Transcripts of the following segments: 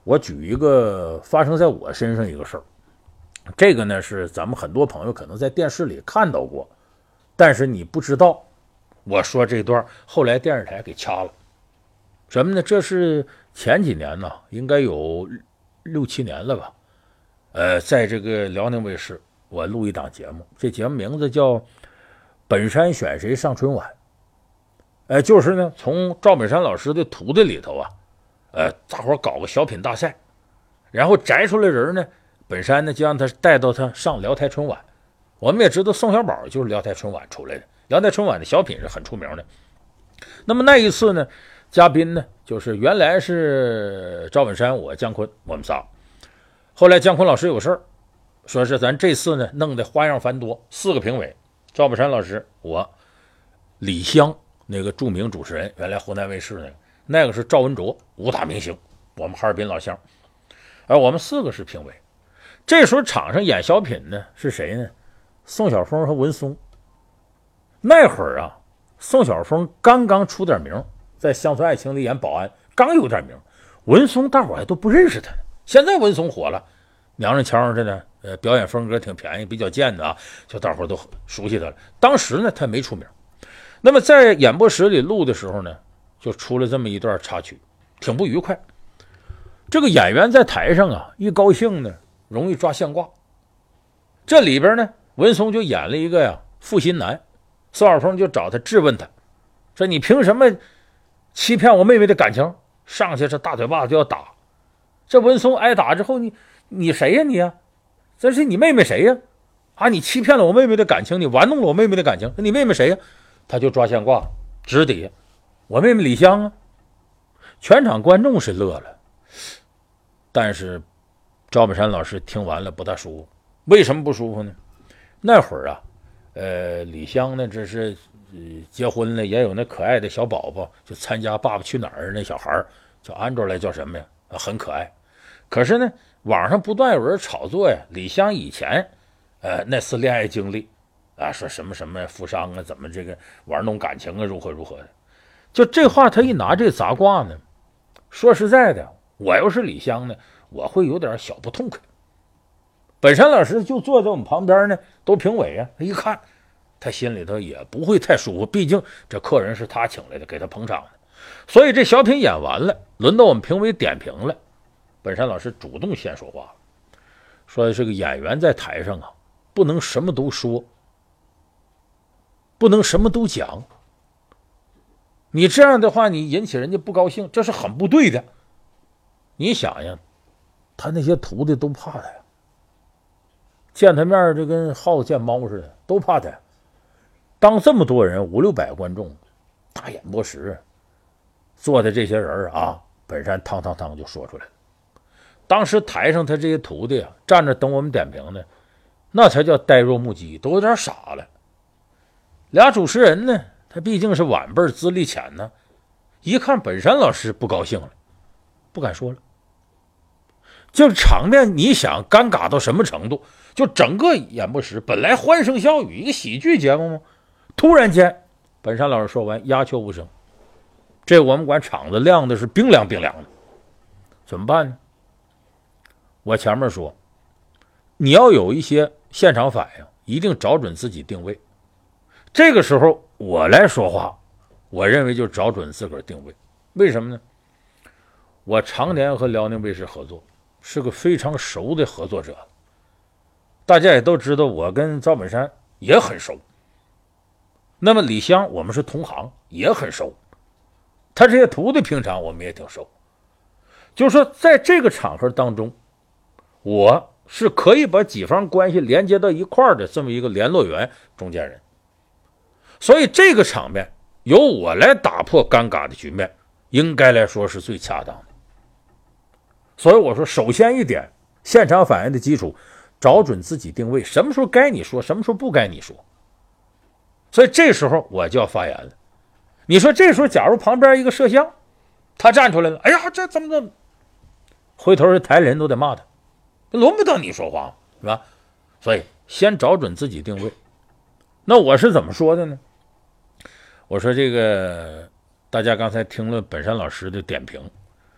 我举一个发生在我身上一个事儿。这个呢是咱们很多朋友可能在电视里看到过，但是你不知道。我说这段后来电视台给掐了。什么呢？这是前几年呢，应该有6、7年了吧。在这个辽宁卫视，我录一档节目，这节目名字叫《本山选谁上春晚》。就是呢，从赵本山老师的徒弟里头啊，大伙搞个小品大赛，然后摘出来人呢，本山呢就让他带到他上辽台春晚。我们也知道宋小宝就是辽台春晚出来的，辽台春晚的小品是很出名的。那么那一次呢，嘉宾呢就是原来是赵本山、我姜昆，我们仨。后来姜昆老师有事儿，说是咱这次呢弄得花样繁多，4个评委，赵本山老师、我、李湘那个著名主持人，原来湖南卫视那个是赵文卓，武打明星，我们哈尔滨老乡，而我们4个是评委。这时候场上演小品呢是谁呢？宋晓峰和文松。那会儿啊，宋晓峰刚刚出点名，在《乡村爱情》里演保安，刚有点名。文松大伙还都不认识他呢。现在文松火了，娘娘腔着呢，表演风格挺便宜，比较贱的啊，就大伙都熟悉他了。当时呢，他没出名。那么在演播室里录的时候呢，就出了这么一段插曲，挺不愉快。这个演员在台上啊，一高兴呢，容易抓现挂。这里边呢，文松就演了一个呀负心男，宋晓峰就找他质问他，说你凭什么欺骗我妹妹的感情？上去这大嘴巴子就要打。这文松挨打之后，你谁呀你啊？这是你妹妹谁呀？啊，你欺骗了我妹妹的感情，你玩弄了我妹妹的感情，你妹妹谁呀？他就抓现挂，直抵我妹妹李湘啊。全场观众是乐了，但是赵本山老师听完了不大舒服。为什么不舒服呢？那会儿啊，李湘呢，这是结婚了，也有那可爱的小宝宝，就参加《爸爸去哪儿》那小孩叫安卓来，叫什么呀？很可爱。可是呢，网上不断有人炒作呀，李湘以前那次恋爱经历啊，说什么什么富商啊，怎么这个玩弄感情啊，如何如何的。就这话他一拿这砸挂呢，说实在的，我要是李湘呢，我会有点小不痛快。本山老师就坐在我们旁边呢，都评委啊，他一看他心里头也不会太舒服，毕竟这客人是他请来的，给他捧场的。所以这小品演完了，轮到我们评委点评了，本山老师主动先说话了，说这个演员在台上啊，不能什么都说，不能什么都讲，你这样的话你引起人家不高兴，这是很不对的。你想呀，他那些徒弟都怕他呀，见他面就跟耗子见猫似的，都怕他呀。当这么多人5、600观众，大演播室坐的这些人啊，本山汤就说出来了。当时台上他这些徒弟啊，站着等我们点评呢，那才叫呆若木鸡，都有点傻了。俩主持人呢，他毕竟是晚辈，资历浅呢，一看本山老师不高兴了，不敢说了。就场面你想尴尬到什么程度？就整个演播室本来欢声笑语，一个喜剧节目嘛，突然间本山老师说完鸦雀无声。这我们管场子亮的是冰凉的，怎么办呢？我前面说，你要有一些现场反应，一定找准自己定位。这个时候我来说话，我认为就找准自个儿定位。为什么呢？我常年和辽宁卫视合作，是个非常熟的合作者。大家也都知道，我跟赵本山也很熟。那么李湘我们是同行，也很熟。他这些徒弟平常我们也挺熟。就是说在这个场合当中，我是可以把几方关系连接到一块儿的这么一个联络员、中间人。所以这个场面由我来打破尴尬的局面，应该来说是最恰当的。所以我说，首先一点，现场反应的基础，找准自己定位，什么时候该你说，什么时候不该你说。所以这时候我就要发言了。你说这时候假如旁边一个摄像，他站出来了，哎呀，这怎么回头这台人都得骂他，轮不到你说话，是吧？所以先找准自己定位。那我是怎么说的呢？我说这个大家刚才听了本山老师的点评，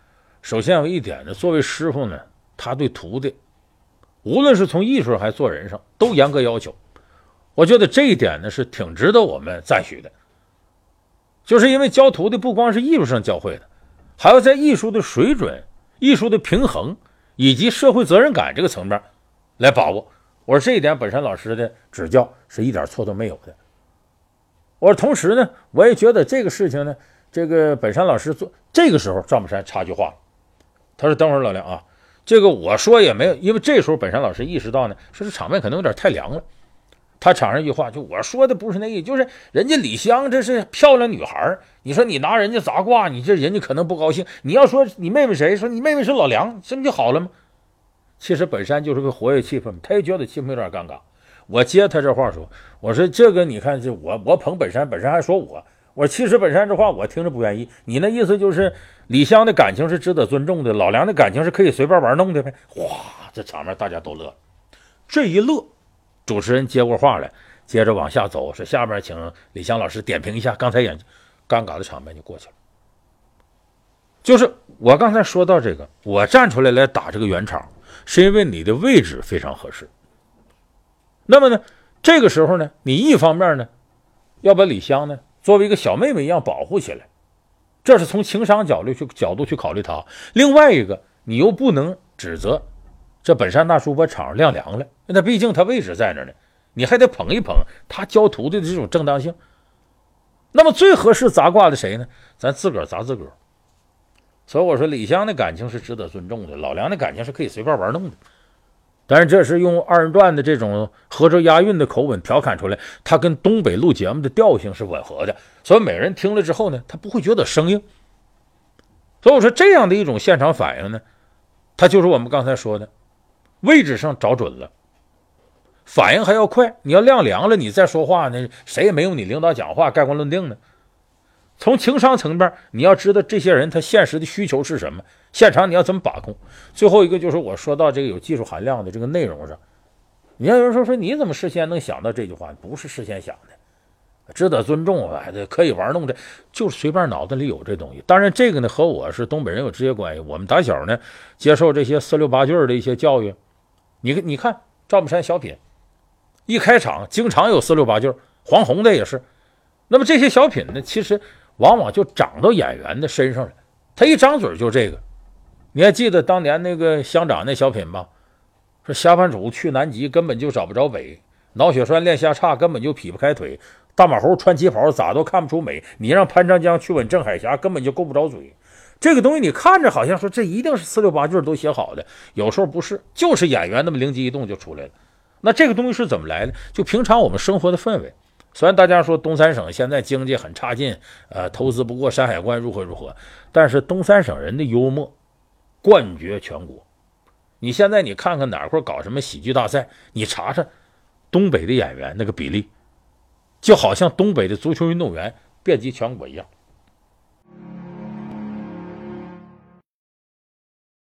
首先有一点呢，作为师傅呢，他对徒弟，无论是从艺术上还是做人上，都严格要求。我觉得这一点呢是挺值得我们赞许的。就是因为教徒弟不光是艺术上教会的，还要在艺术的水准、艺术的平衡以及社会责任感这个层面来把握。我说这一点本山老师的指教是一点错都没有的。我说同时呢，我也觉得这个事情呢，这个本山老师做这个时候，赵本山插句话了，他说：“等会儿老梁啊，这个我说也没有，因为这时候本山老师意识到呢，说这场面可能有点太凉了。他场上一句话，就我说的不是那意思，就是人家李湘这是漂亮女孩，你说你拿人家砸挂，你这人家可能不高兴。你要说你妹妹谁，说你妹妹是老梁，这不就好了吗？其实本山就是个活跃气氛，他也觉得气氛有点尴尬。我接他这话说，我说这个你看，这我捧本山，本山还说我其实本山这话我听着不愿意，你那意思就是李湘的感情是值得尊重的，老梁的感情是可以随便玩弄的呗。哇，这场面大家都乐，这一乐，主持人接过话来，接着往下走，说下面请李湘老师点评一下刚才演尴尬的场面就过去了。就是我刚才说到这个，我站出来打这个圆场，是因为你的位置非常合适。那么呢，这个时候呢，你一方面呢，要把李湘呢作为一个小妹妹一样保护起来，这是从情商角度去考虑她。另外一个，你又不能指责这本山大叔把场上晾凉了，那毕竟他位置在那呢，你还得捧一捧他教徒弟的这种正当性。那么最合适砸挂的谁呢？咱自个儿砸自个儿。所以我说李湘的感情是值得尊重的，老梁的感情是可以随便玩弄的。当然这是用二人转的这种合辙押韵的口吻调侃出来，他跟东北录节目的调性是吻合的，所以每人听了之后呢，他不会觉得生硬。所以我说这样的一种现场反应呢，他就是我们刚才说的位置上找准了，反应还要快。你要晾凉了你再说话呢，谁也没有你领导讲话盖棺论定呢。从情商层面，你要知道这些人他现实的需求是什么，现场你要怎么把控。最后一个就是我说到这个有技术含量的这个内容上，你要有人说你怎么事先能想到这句话？不是事先想的，值得尊重啊，可以玩弄的，就是随便脑子里有这东西。当然这个呢和我是东北人有直接关系，我们打小呢接受这些四六八句的一些教育。你看赵本山小品一开场经常有四六八句，黄宏的也是。那么这些小品呢，其实往往就长到演员的身上了，他一张嘴就这个。你还记得当年那个乡长那小品吧？说下班主去南极根本就找不着北，脑血栓练下叉根本就劈不开腿，大马猴穿旗袍咋都看不出美，你让潘长江去吻郑海霞根本就够不着嘴。这个东西你看着好像说这一定是四六八句都写好的，有时候不是，就是演员那么灵机一动就出来了。那这个东西是怎么来的？就平常我们生活的氛围。虽然大家说东三省现在经济很差劲，投资不过山海关如何，但是东三省人的幽默冠绝全国。你现在你看看哪块搞什么喜剧大赛，你查查东北的演员那个比例，就好像东北的足球运动员遍及全国一样。